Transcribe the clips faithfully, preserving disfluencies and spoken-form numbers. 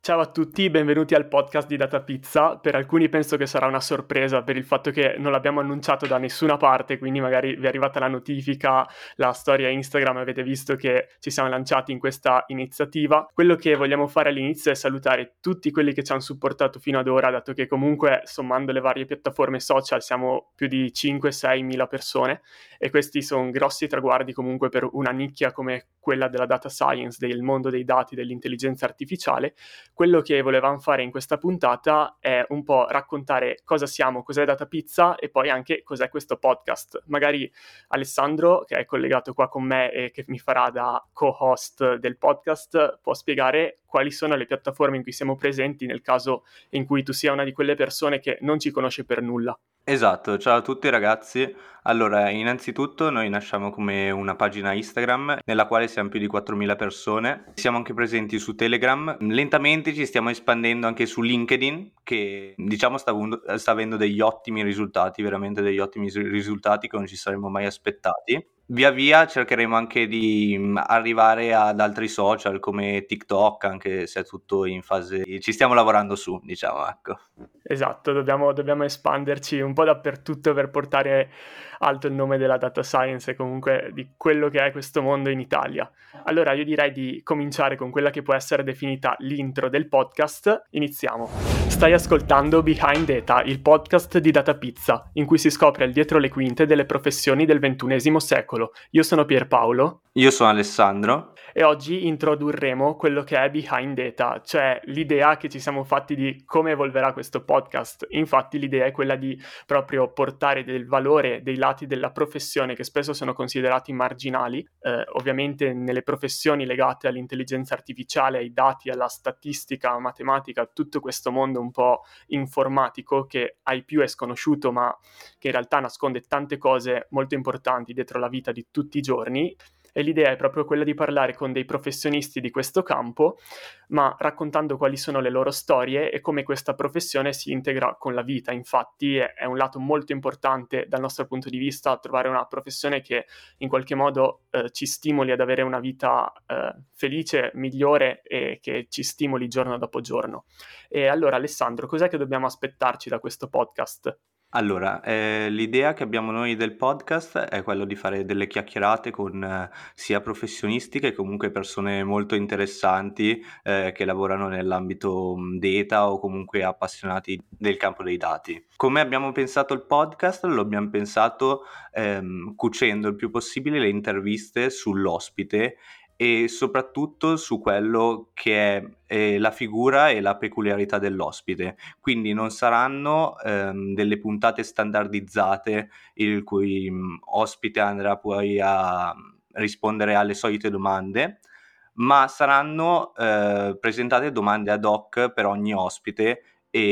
Ciao a tutti, benvenuti al podcast di Data Pizza. Per alcuni penso che sarà una sorpresa per il fatto che non l'abbiamo annunciato da nessuna parte, quindi magari vi è arrivata la notifica, la storia Instagram e avete visto che ci siamo lanciati in questa iniziativa. Quello che vogliamo fare all'inizio è salutare tutti quelli che ci hanno supportato fino ad ora, dato che comunque sommando le varie piattaforme social siamo più di cinque sei mila persone e questi sono grossi traguardi comunque per una nicchia come quella della data science, del mondo dei dati, dell'intelligenza artificiale. Quello che volevamo fare in questa puntata è un po' raccontare cosa siamo, cos'è Data Pizza e poi anche cos'è questo podcast. Magari Alessandro, che è collegato qua con me e che mi farà da co-host del podcast, può spiegare quali sono le piattaforme in cui siamo presenti nel caso in cui tu sia una di quelle persone che non ci conosce per nulla. Esatto, ciao a tutti ragazzi. Allora, innanzitutto noi nasciamo come una pagina Instagram nella quale siamo più di quattromila persone. Siamo anche presenti su Telegram. Lentamente ci stiamo espandendo anche su LinkedIn, che diciamo sta, avundo- sta avendo degli ottimi risultati, veramente degli ottimi s- risultati che non ci saremmo mai aspettati. Via via cercheremo anche di mm, arrivare ad altri social come TikTok, anche se è tutto in fase. Ci stiamo lavorando su, diciamo, ecco. Esatto, dobbiamo, dobbiamo espanderci un po' dappertutto per portare alto il nome della data science e comunque di quello che è questo mondo in Italia. Allora io direi di cominciare con quella che può essere definita l'intro del podcast. Iniziamo. Stai ascoltando Behind Data, il podcast di Data Pizza, in cui si scopre il dietro le quinte delle professioni del ventunesimo secolo. Io sono Pierpaolo. Io sono Alessandro. E oggi introdurremo quello che è Behind Data, cioè l'idea che ci siamo fatti di come evolverà questo podcast. Infatti l'idea è quella di proprio portare del valore dei lati della professione che spesso sono considerati marginali, eh, ovviamente nelle professioni legate all'intelligenza artificiale, ai dati, alla statistica, alla matematica, tutto questo mondo un po' informatico che ai più è sconosciuto ma che in realtà nasconde tante cose molto importanti dietro la vita di tutti i giorni. E l'idea è proprio quella di parlare con dei professionisti di questo campo, ma raccontando quali sono le loro storie e come questa professione si integra con la vita. Infatti è, è un lato molto importante dal nostro punto di vista trovare una professione che in qualche modo eh, ci stimoli ad avere una vita eh, felice, migliore e che ci stimoli giorno dopo giorno. E allora Alessandro, cos'è che dobbiamo aspettarci da questo podcast? Allora, eh, l'idea che abbiamo noi del podcast è quello di fare delle chiacchierate con eh, sia professionisti che comunque persone molto interessanti eh, che lavorano nell'ambito mh, data o comunque appassionati del campo dei dati. Come abbiamo pensato il podcast? Lo abbiamo pensato ehm, cucendo il più possibile le interviste sull'ospite e soprattutto su quello che è eh, la figura e la peculiarità dell'ospite. Quindi non saranno ehm, delle puntate standardizzate il cui mh, ospite andrà poi a rispondere alle solite domande, ma saranno eh, presentate domande ad hoc per ogni ospite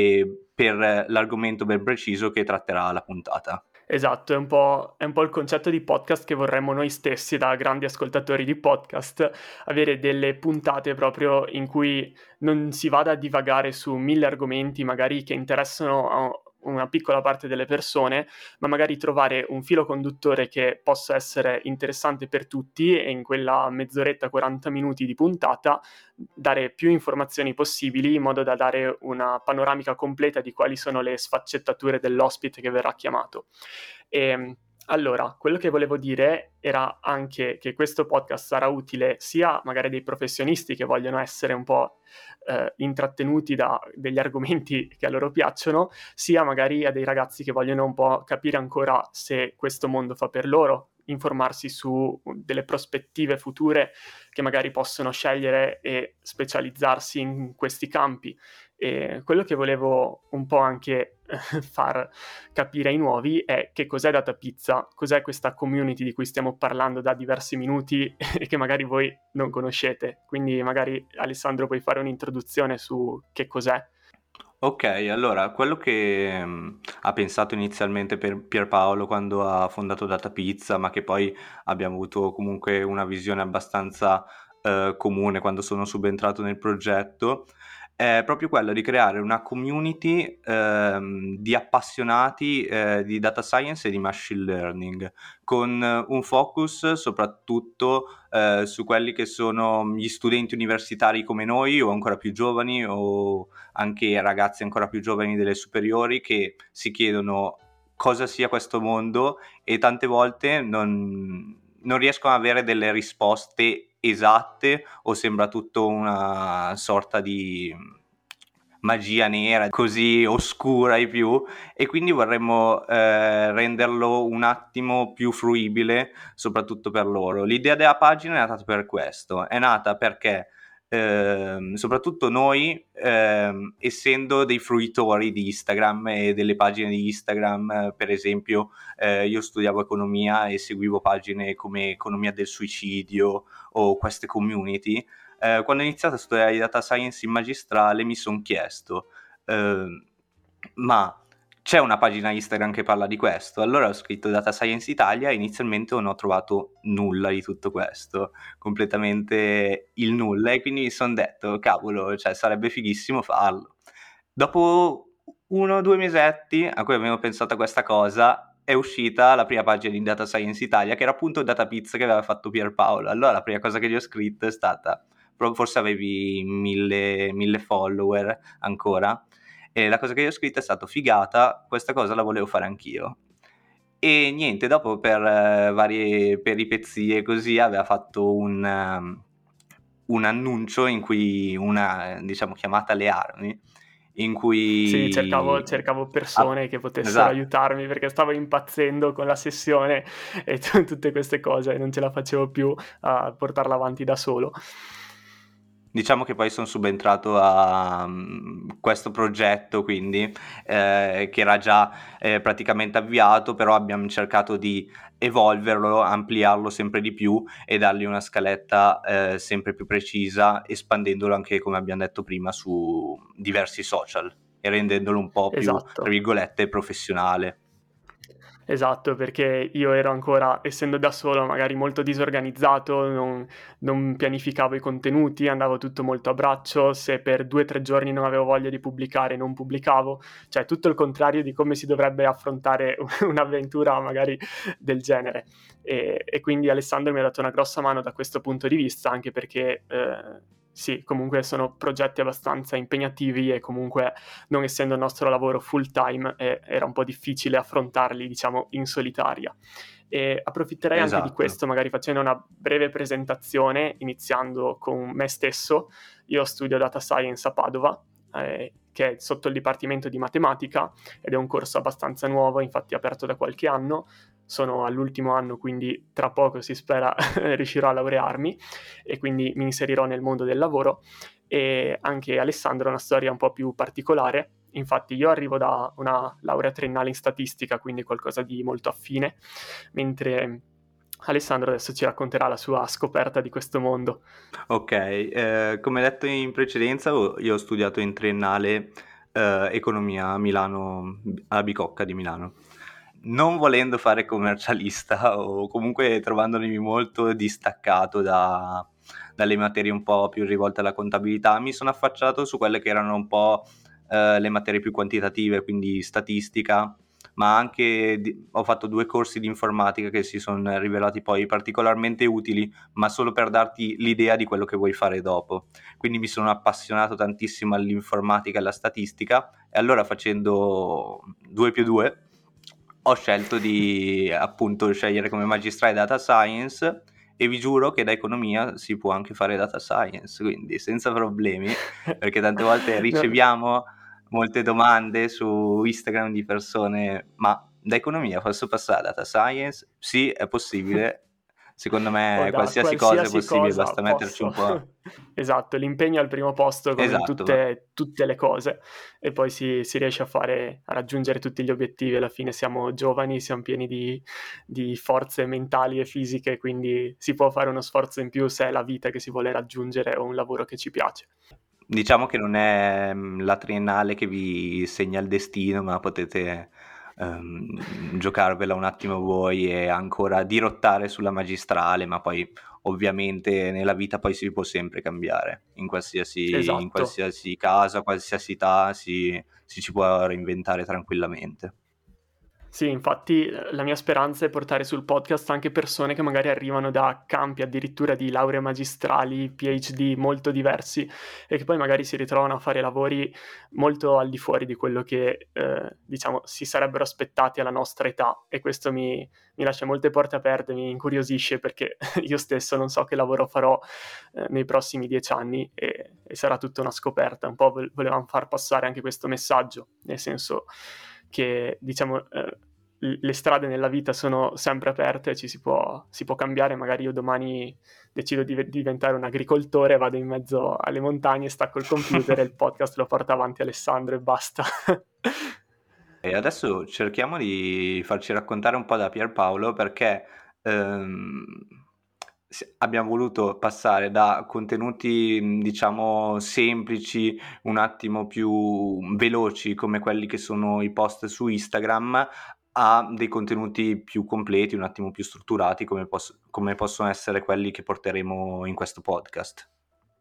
e per l'argomento ben preciso che tratterà la puntata. Esatto, è un po', è un po' il concetto di podcast che vorremmo noi stessi, da grandi ascoltatori di podcast, avere delle puntate proprio in cui non si vada a divagare su mille argomenti, magari che interessano a una piccola parte delle persone, ma magari trovare un filo conduttore che possa essere interessante per tutti e in quella mezz'oretta, quaranta minuti di puntata dare più informazioni possibili in modo da dare una panoramica completa di quali sono le sfaccettature dell'ospite che verrà chiamato. E, allora, quello che volevo dire era anche che questo podcast sarà utile sia magari dei professionisti che vogliono essere un po' eh, intrattenuti da degli argomenti che a loro piacciono, sia magari a dei ragazzi che vogliono un po' capire ancora se questo mondo fa per loro, informarsi su delle prospettive future che magari possono scegliere e specializzarsi in questi campi. E quello che volevo un po' anche far capire ai nuovi è che cos'è Data Pizza, cos'è questa community di cui stiamo parlando da diversi minuti e che magari voi non conoscete. Quindi magari Alessandro puoi fare un'introduzione su che cos'è. Ok, allora quello che mh, ha pensato inizialmente per Pierpaolo quando ha fondato Data Pizza, ma che poi abbiamo avuto comunque una visione abbastanza eh, comune quando sono subentrato nel progetto, è proprio quello di creare una community ehm, di appassionati eh, di data science e di machine learning, con eh, un focus soprattutto eh, su quelli che sono gli studenti universitari come noi o ancora più giovani, o anche ragazzi ancora più giovani delle superiori, che si chiedono cosa sia questo mondo e tante volte non, non riescono ad avere delle risposte esatte, o sembra tutto una sorta di magia nera così oscura ai più, e quindi vorremmo eh, renderlo un attimo più fruibile soprattutto per loro. L'idea della pagina è nata per questo, è nata perché ehm, soprattutto noi ehm, essendo dei fruitori di Instagram e delle pagine di Instagram, eh, per esempio eh, io studiavo economia e seguivo pagine come Economia del Suicidio o queste community. Eh, quando ho iniziato a studiare data science in magistrale mi sono chiesto eh, ma c'è una pagina Instagram che parla di questo? Allora ho scritto Data Science Italia e inizialmente non ho trovato nulla di tutto questo, completamente il nulla, e quindi mi sono detto cavolo, cioè sarebbe fighissimo farlo. Dopo uno o due mesetti a cui avevo pensato a questa cosa, è uscita la prima pagina di Data Science Italia, che era appunto Data Pizza che aveva fatto Pierpaolo. Allora la prima cosa che gli ho scritto è stata, forse avevi mille, mille follower ancora, e la cosa che gli ho scritto è stato figata, questa cosa la volevo fare anch'io. E niente, dopo per eh, varie peripezie così aveva fatto un, um, un annuncio in cui una, diciamo, chiamata alle armi, in Sì, cercavo, cui cercavo ah, persone che potessero esatto. aiutarmi perché stavo impazzendo con la sessione e t- tutte queste cose, non ce la facevo più a portarla avanti da solo. Diciamo che poi sono subentrato a mm, questo progetto, quindi eh, che era già eh, praticamente avviato, però abbiamo cercato di evolverlo, ampliarlo sempre di più e dargli una scaletta eh, sempre più precisa, espandendolo anche, come abbiamo detto prima, su diversi social e rendendolo un po' più, tra Esatto. virgolette, professionale. Esatto, perché io ero ancora, essendo da solo, magari molto disorganizzato, non, non pianificavo i contenuti, andavo tutto molto a braccio, se per due o tre giorni non avevo voglia di pubblicare, non pubblicavo, cioè tutto il contrario di come si dovrebbe affrontare un'avventura magari del genere. E, e quindi Alessandro mi ha dato una grossa mano da questo punto di vista, anche perché... Eh, sì, comunque sono progetti abbastanza impegnativi e comunque non essendo il nostro lavoro full time eh, era un po' difficile affrontarli, diciamo, in solitaria. E approfitterei anche di Esatto. questo, magari facendo una breve presentazione, iniziando con me stesso. Io studio Data Science a Padova, eh, che è sotto il Dipartimento di Matematica, ed è un corso abbastanza nuovo, infatti aperto da qualche anno. Sono all'ultimo anno, quindi tra poco si spera riuscirò a laurearmi e quindi mi inserirò nel mondo del lavoro. E anche Alessandro ha una storia un po' più particolare. Infatti io arrivo da una laurea triennale in statistica, quindi qualcosa di molto affine, mentre Alessandro adesso ci racconterà la sua scoperta di questo mondo. Ok, eh, come detto in precedenza, ho- io ho studiato in triennale eh, economia a Milano, a Bicocca di Milano. Non volendo fare commercialista o comunque trovandomi molto distaccato da- dalle materie un po' più rivolte alla contabilità, mi sono affacciato su quelle che erano un po' eh, le materie più quantitative, quindi statistica, ma anche di- ho fatto due corsi di informatica che si sono rivelati poi particolarmente utili, ma solo per darti l'idea di quello che vuoi fare dopo. Quindi mi sono appassionato tantissimo all'informatica e alla statistica, e allora facendo due più due ho scelto di appunto scegliere come magistrale data science, e vi giuro che da economia si può anche fare data science, quindi senza problemi, perché tante volte No, riceviamo molte domande su Instagram di persone: ma da economia posso passare a data science? Sì, è possibile. Secondo o me da qualsiasi cosa è qualsiasi possibile, cosa basta metterci un posso. po'. Esatto, l'impegno al primo posto come in Esatto, ma tutte, tutte le cose e poi si, si riesce a fare, a raggiungere tutti gli obiettivi. Alla fine siamo giovani, siamo pieni di, di forze mentali e fisiche, quindi si può fare uno sforzo in più se è la vita che si vuole raggiungere o un lavoro che ci piace. diciamo che non è mm, la triennale che vi segna il destino, ma potete ehm, giocarvela un attimo voi e ancora dirottare sulla magistrale, ma poi ovviamente nella vita poi si può sempre cambiare, in qualsiasi, in Esatto. qualsiasi casa, qualsiasi età si, si ci può reinventare tranquillamente. Sì, infatti eh, la mia speranza è portare sul podcast anche persone che magari arrivano da campi addirittura di lauree magistrali, PhD molto diversi e che poi magari si ritrovano a fare lavori molto al di fuori di quello che eh, diciamo si sarebbero aspettati alla nostra età, e questo mi, mi lascia molte porte aperte, mi incuriosisce perché io stesso non so che lavoro farò eh, nei prossimi dieci anni, e, e sarà tutta una scoperta. Un po' vol- volevamo far passare anche questo messaggio, nel senso che diciamo eh, le strade nella vita sono sempre aperte, ci si può, si può cambiare. Magari io domani decido di diventare un agricoltore, vado in mezzo alle montagne, stacco il computer e il podcast lo porta avanti Alessandro e basta. E adesso cerchiamo di farci raccontare un po' da Pierpaolo perché ehm, s- abbiamo voluto passare da contenuti, mh, diciamo, semplici, un attimo più veloci come quelli che sono i post su Instagram, a dei contenuti più completi, un attimo più strutturati come, poss- come possono essere quelli che porteremo in questo podcast.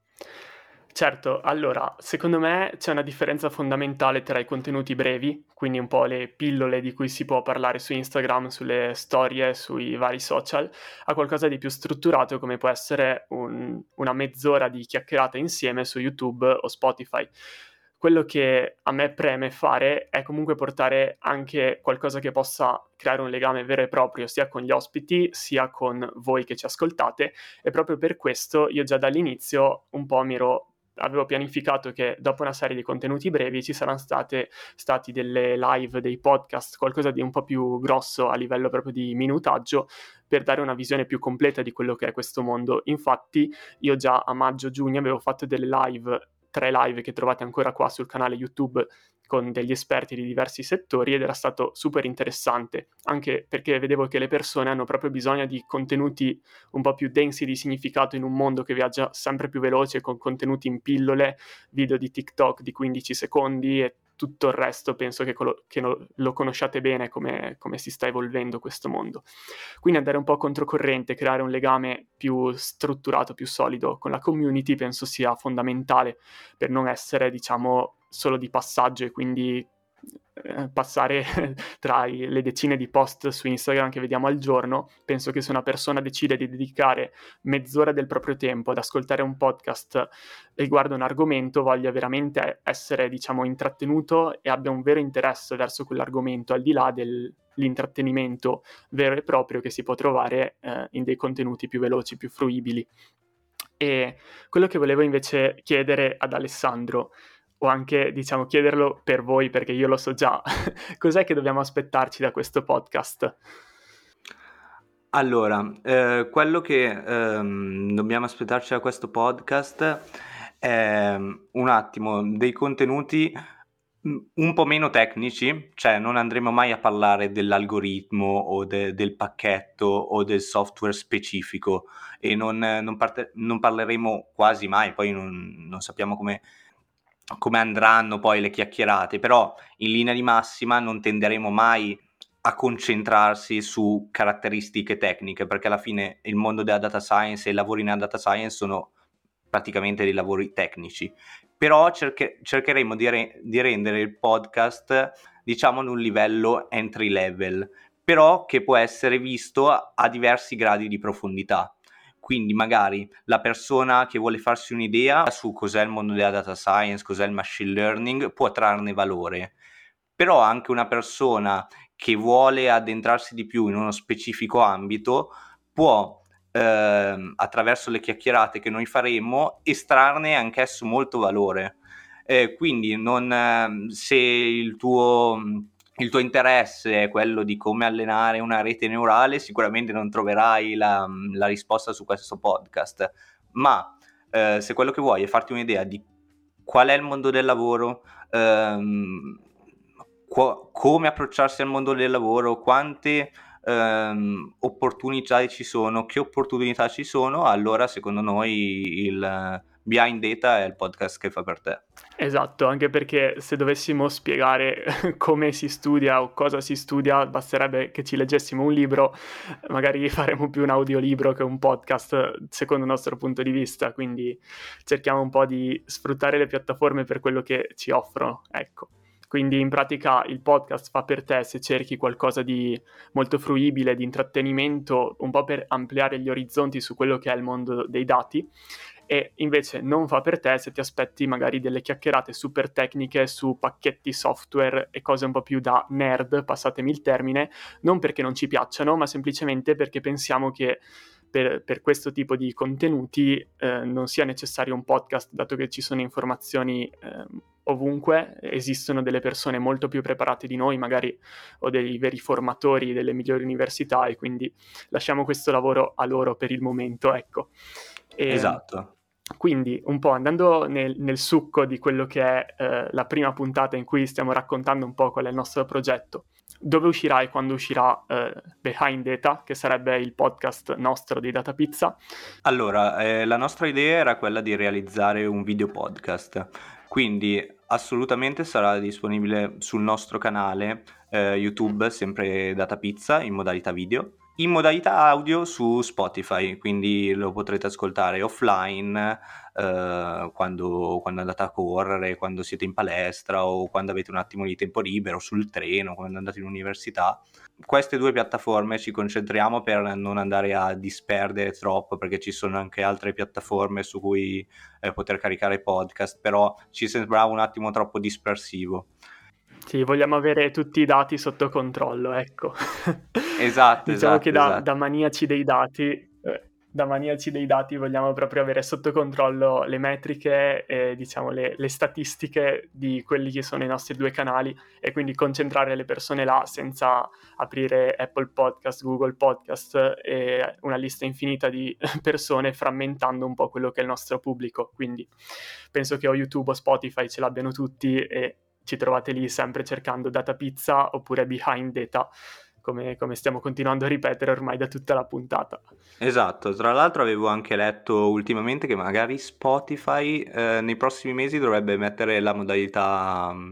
Certo, allora, secondo me c'è una differenza fondamentale tra i contenuti brevi, quindi un po' le pillole di cui si può parlare su Instagram, sulle storie, sui vari social, a qualcosa di più strutturato come può essere un- una mezz'ora di chiacchierata insieme su YouTube o Spotify. Quello che a me preme fare è comunque portare anche qualcosa che possa creare un legame vero e proprio sia con gli ospiti sia con voi che ci ascoltate, e proprio per questo io già dall'inizio un po' mi ero avevo pianificato che dopo una serie di contenuti brevi ci saranno state stati delle live, dei podcast, qualcosa di un po' più grosso a livello proprio di minutaggio, per dare una visione più completa di quello che è questo mondo. Infatti io già a maggio-giugno avevo fatto delle live, tre live che trovate ancora qua sul canale YouTube, con degli esperti di diversi settori, ed era stato super interessante, anche perché vedevo che le persone hanno proprio bisogno di contenuti un po' più densi di significato in un mondo che viaggia sempre più veloce, con contenuti in pillole, video di TikTok di quindici secondi e tutto il resto. Penso che, colo- che lo, lo conosciate bene come, come si sta evolvendo questo mondo. Quindi andare un po' controcorrente, creare un legame più strutturato, più solido con la community, penso sia fondamentale per non essere, diciamo, solo di passaggio e quindi eh, passare tra i- le decine di post su Instagram che vediamo al giorno. Penso che se una persona decide di dedicare mezz'ora del proprio tempo ad ascoltare un podcast riguardo un argomento, voglia veramente essere, diciamo, intrattenuto e abbia un vero interesse verso quell'argomento, al di là dell'intrattenimento vero e proprio che si può trovare eh, in dei contenuti più veloci, più fruibili. E quello che volevo invece chiedere ad Alessandro, o anche, diciamo, chiederlo per voi perché io lo so già, cos'è che dobbiamo aspettarci da questo podcast? Allora, eh, quello che ehm, dobbiamo aspettarci da questo podcast è un attimo dei contenuti mh, un po' meno tecnici, cioè non andremo mai a parlare dell'algoritmo o de- del pacchetto o del software specifico, e non, non parte- non parleremo quasi mai, poi non, non sappiamo come come andranno poi le chiacchierate, però in linea di massima non tenderemo mai a concentrarsi su caratteristiche tecniche, perché alla fine il mondo della data science e i lavori nella data science sono praticamente dei lavori tecnici. Però cerche- cercheremo di, re- di rendere il podcast, diciamo, ad un livello entry level, però che può essere visto a, a diversi gradi di profondità. Quindi magari la persona che vuole farsi un'idea su cos'è il mondo della data science, cos'è il machine learning, può trarne valore. Però anche una persona che vuole addentrarsi di più in uno specifico ambito può, ehm, attraverso le chiacchierate che noi faremo, estrarne anch'esso molto valore. Eh, quindi non, ehm, se il tuo, il tuo interesse è quello di come allenare una rete neurale, sicuramente non troverai la, la risposta su questo podcast, ma eh, se quello che vuoi è farti un'idea di qual è il mondo del lavoro, ehm, qu- come approcciarsi al mondo del lavoro, quante ehm, opportunità ci sono, che opportunità ci sono, allora secondo noi il Behind Data è il podcast che fa per te. Esatto, anche perché se dovessimo spiegare come si studia o cosa si studia, basterebbe che ci leggessimo un libro, magari faremo più un audiolibro che un podcast, secondo il nostro punto di vista, quindi cerchiamo un po' di sfruttare le piattaforme per quello che ci offrono, ecco. Quindi in pratica il podcast fa per te se cerchi qualcosa di molto fruibile, di intrattenimento, un po' per ampliare gli orizzonti su quello che è il mondo dei dati, e invece non fa per te se ti aspetti magari delle chiacchierate super tecniche su pacchetti software e cose un po' più da nerd, passatemi il termine, non perché non ci piacciono, ma semplicemente perché pensiamo che per, per questo tipo di contenuti eh, non sia necessario un podcast, dato che ci sono informazioni eh, ovunque, esistono delle persone molto più preparate di noi, magari, o dei veri formatori delle migliori università, e quindi lasciamo questo lavoro a loro per il momento, ecco. E, Esatto. quindi, un po' andando nel, nel succo di quello che è eh, la prima puntata in cui stiamo raccontando un po' qual è il nostro progetto, dove uscirà e quando uscirà eh, Behind Data, che sarebbe il podcast nostro di Data Pizza? Allora, eh, la nostra idea era quella di realizzare un video podcast, quindi assolutamente sarà disponibile sul nostro canale eh, YouTube, sempre Data Pizza, in modalità video, in modalità audio su Spotify, quindi lo potrete ascoltare offline eh, quando, quando andate a correre, quando siete in palestra o quando avete un attimo di tempo libero, sul treno, quando andate in università. Queste due piattaforme ci concentriamo per non andare a disperdere troppo, perché ci sono anche altre piattaforme su cui eh, poter caricare podcast, però ci sembrava un attimo troppo dispersivo. Sì, vogliamo avere tutti i dati sotto controllo, ecco. Esatto, Diciamo che esatto, da, esatto. da maniaci dei dati, eh, da maniaci dei dati vogliamo proprio avere sotto controllo le metriche e diciamo le, le statistiche di quelli che sono i nostri due canali, e quindi concentrare le persone là senza aprire Apple Podcast, Google Podcast e una lista infinita di persone, frammentando un po' quello che è il nostro pubblico. Quindi penso che o YouTube o Spotify ce l'abbiano tutti, e ci trovate lì sempre cercando Data Pizza oppure Behind Data, come, come stiamo continuando a ripetere ormai da tutta la puntata. Esatto, tra l'altro avevo anche letto ultimamente che magari Spotify eh, nei prossimi mesi dovrebbe mettere la modalità mm,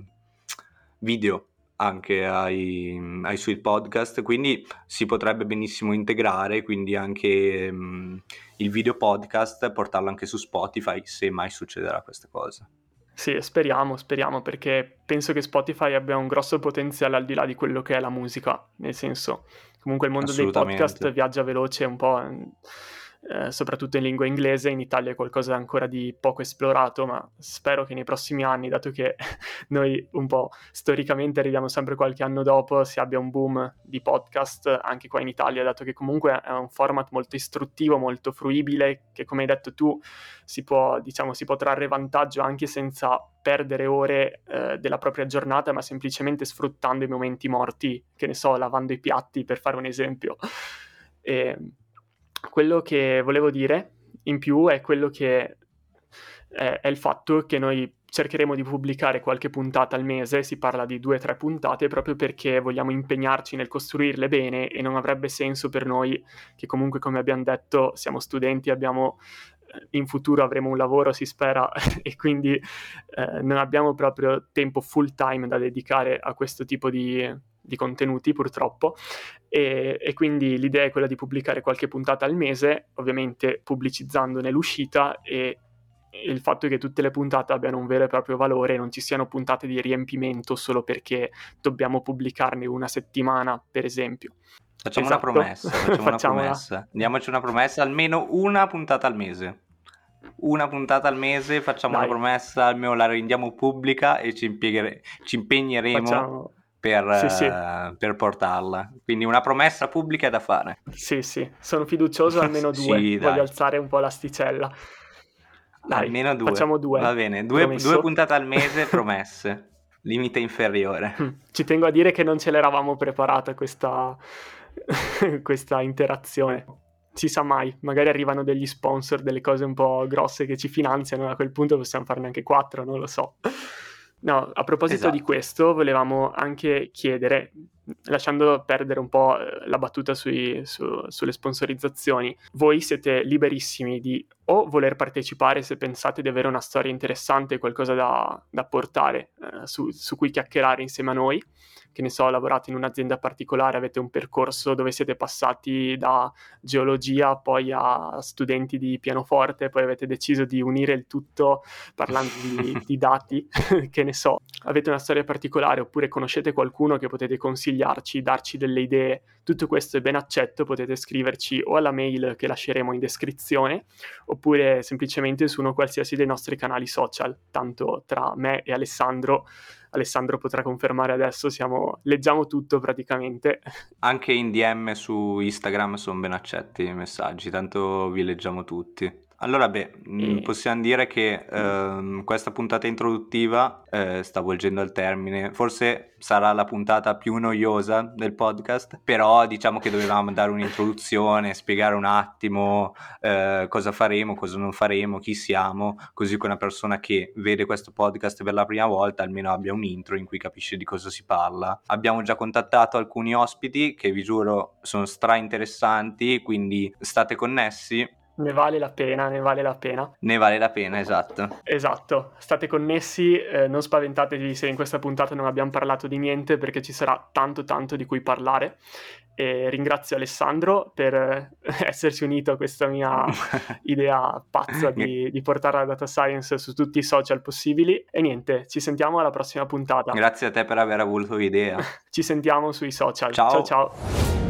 video anche ai, ai suoi podcast, quindi si potrebbe benissimo integrare, quindi anche mm, il video podcast, portarlo anche su Spotify, se mai succederà questa cosa. Sì, speriamo, speriamo, perché penso che Spotify abbia un grosso potenziale al di là di quello che è la musica, nel senso, comunque il mondo dei podcast Assolutamente. viaggia veloce un po', eh, soprattutto in lingua inglese. In Italia è qualcosa ancora di poco esplorato, ma spero che nei prossimi anni, dato che noi un po' storicamente arriviamo sempre qualche anno dopo, si abbia un boom di podcast anche qua in Italia, dato che comunque è un format molto istruttivo, molto fruibile, che come hai detto tu si può, diciamo, si può trarre vantaggio anche senza perdere ore eh, della propria giornata, ma semplicemente sfruttando i momenti morti, che ne so, lavando i piatti, per fare un esempio. E quello che volevo dire in più è quello che è, è il fatto che noi cercheremo di pubblicare qualche puntata al mese, si parla di due o tre puntate, proprio perché vogliamo impegnarci nel costruirle bene, e non avrebbe senso per noi, che comunque, come abbiamo detto, siamo studenti, abbiamo in futuro avremo un lavoro, si spera, e quindi eh, non abbiamo proprio tempo full time da dedicare a questo tipo di, di contenuti, purtroppo, e, e quindi l'idea è quella di pubblicare qualche puntata al mese, ovviamente pubblicizzandone l'uscita, e il fatto è che tutte le puntate abbiano un vero e proprio valore, non ci siano puntate di riempimento solo perché dobbiamo pubblicarne una settimana, per esempio. Facciamo una Esatto, promessa, facciamo una facciamola. promessa. Diamoci una promessa, almeno una puntata al mese. Una puntata al mese, facciamo una Dai, promessa, almeno la rendiamo pubblica e ci, impieghere- ci impegneremo facciamo... per, Sì, sì, eh, per portarla. Quindi una promessa pubblica è da fare. sì, sì, sono fiducioso, almeno due, Sì, voglio dai. alzare un po' l'asticella. Dai, Almeno due. facciamo Va due, bene, due, due promesso. puntate al mese promesse. Limite inferiore. Mm, Ci tengo a dire che non ce l'eravamo preparata questa, questa interazione. Si sa mai, magari arrivano degli sponsor, delle cose un po' grosse che ci finanziano, e a quel punto possiamo farne anche quattro, non lo so. No, a proposito di Esatto. questo, volevamo anche chiedere, lasciando perdere un po' eh, la battuta sui- su- sulle sponsorizzazioni, voi siete liberissimi di o voler partecipare se pensate di avere una storia interessante, qualcosa da, da portare, eh, su, su cui chiacchierare insieme a noi, che ne so, lavorate in un'azienda particolare, avete un percorso dove siete passati da geologia poi a studenti di pianoforte, poi avete deciso di unire il tutto parlando di, di dati, che ne so, avete una storia particolare oppure conoscete qualcuno che potete consigliarci, darci delle idee, tutto questo è ben accetto, potete scriverci o alla mail che lasceremo in descrizione oppure semplicemente su uno qualsiasi dei nostri canali social, tanto tra me e Alessandro, Alessandro potrà confermare adesso, siamo, leggiamo tutto praticamente. Anche in D M su Instagram sono ben accetti i messaggi, tanto vi leggiamo tutti. Allora, beh, mh, E... possiamo dire che ehm, questa puntata introduttiva eh, sta volgendo al termine. Forse sarà la puntata più noiosa del podcast, però diciamo che dovevamo dare un'introduzione, spiegare un attimo eh, cosa faremo, cosa non faremo, chi siamo, così che una persona che vede questo podcast per la prima volta almeno abbia un intro in cui capisce di cosa si parla. Abbiamo già contattato alcuni ospiti che vi giuro sono stra interessanti, quindi state connessi. Ne vale la pena, ne vale la pena. Ne vale la pena, esatto. Esatto, state connessi, eh, non spaventatevi se in questa puntata non abbiamo parlato di niente perché ci sarà tanto tanto di cui parlare. E ringrazio Alessandro per eh, essersi unito a questa mia idea pazza di, di portare la data science su tutti i social possibili. E niente, ci sentiamo alla prossima puntata. Grazie a te per aver avuto l'idea. Ci sentiamo sui social. Ciao Ciao. ciao.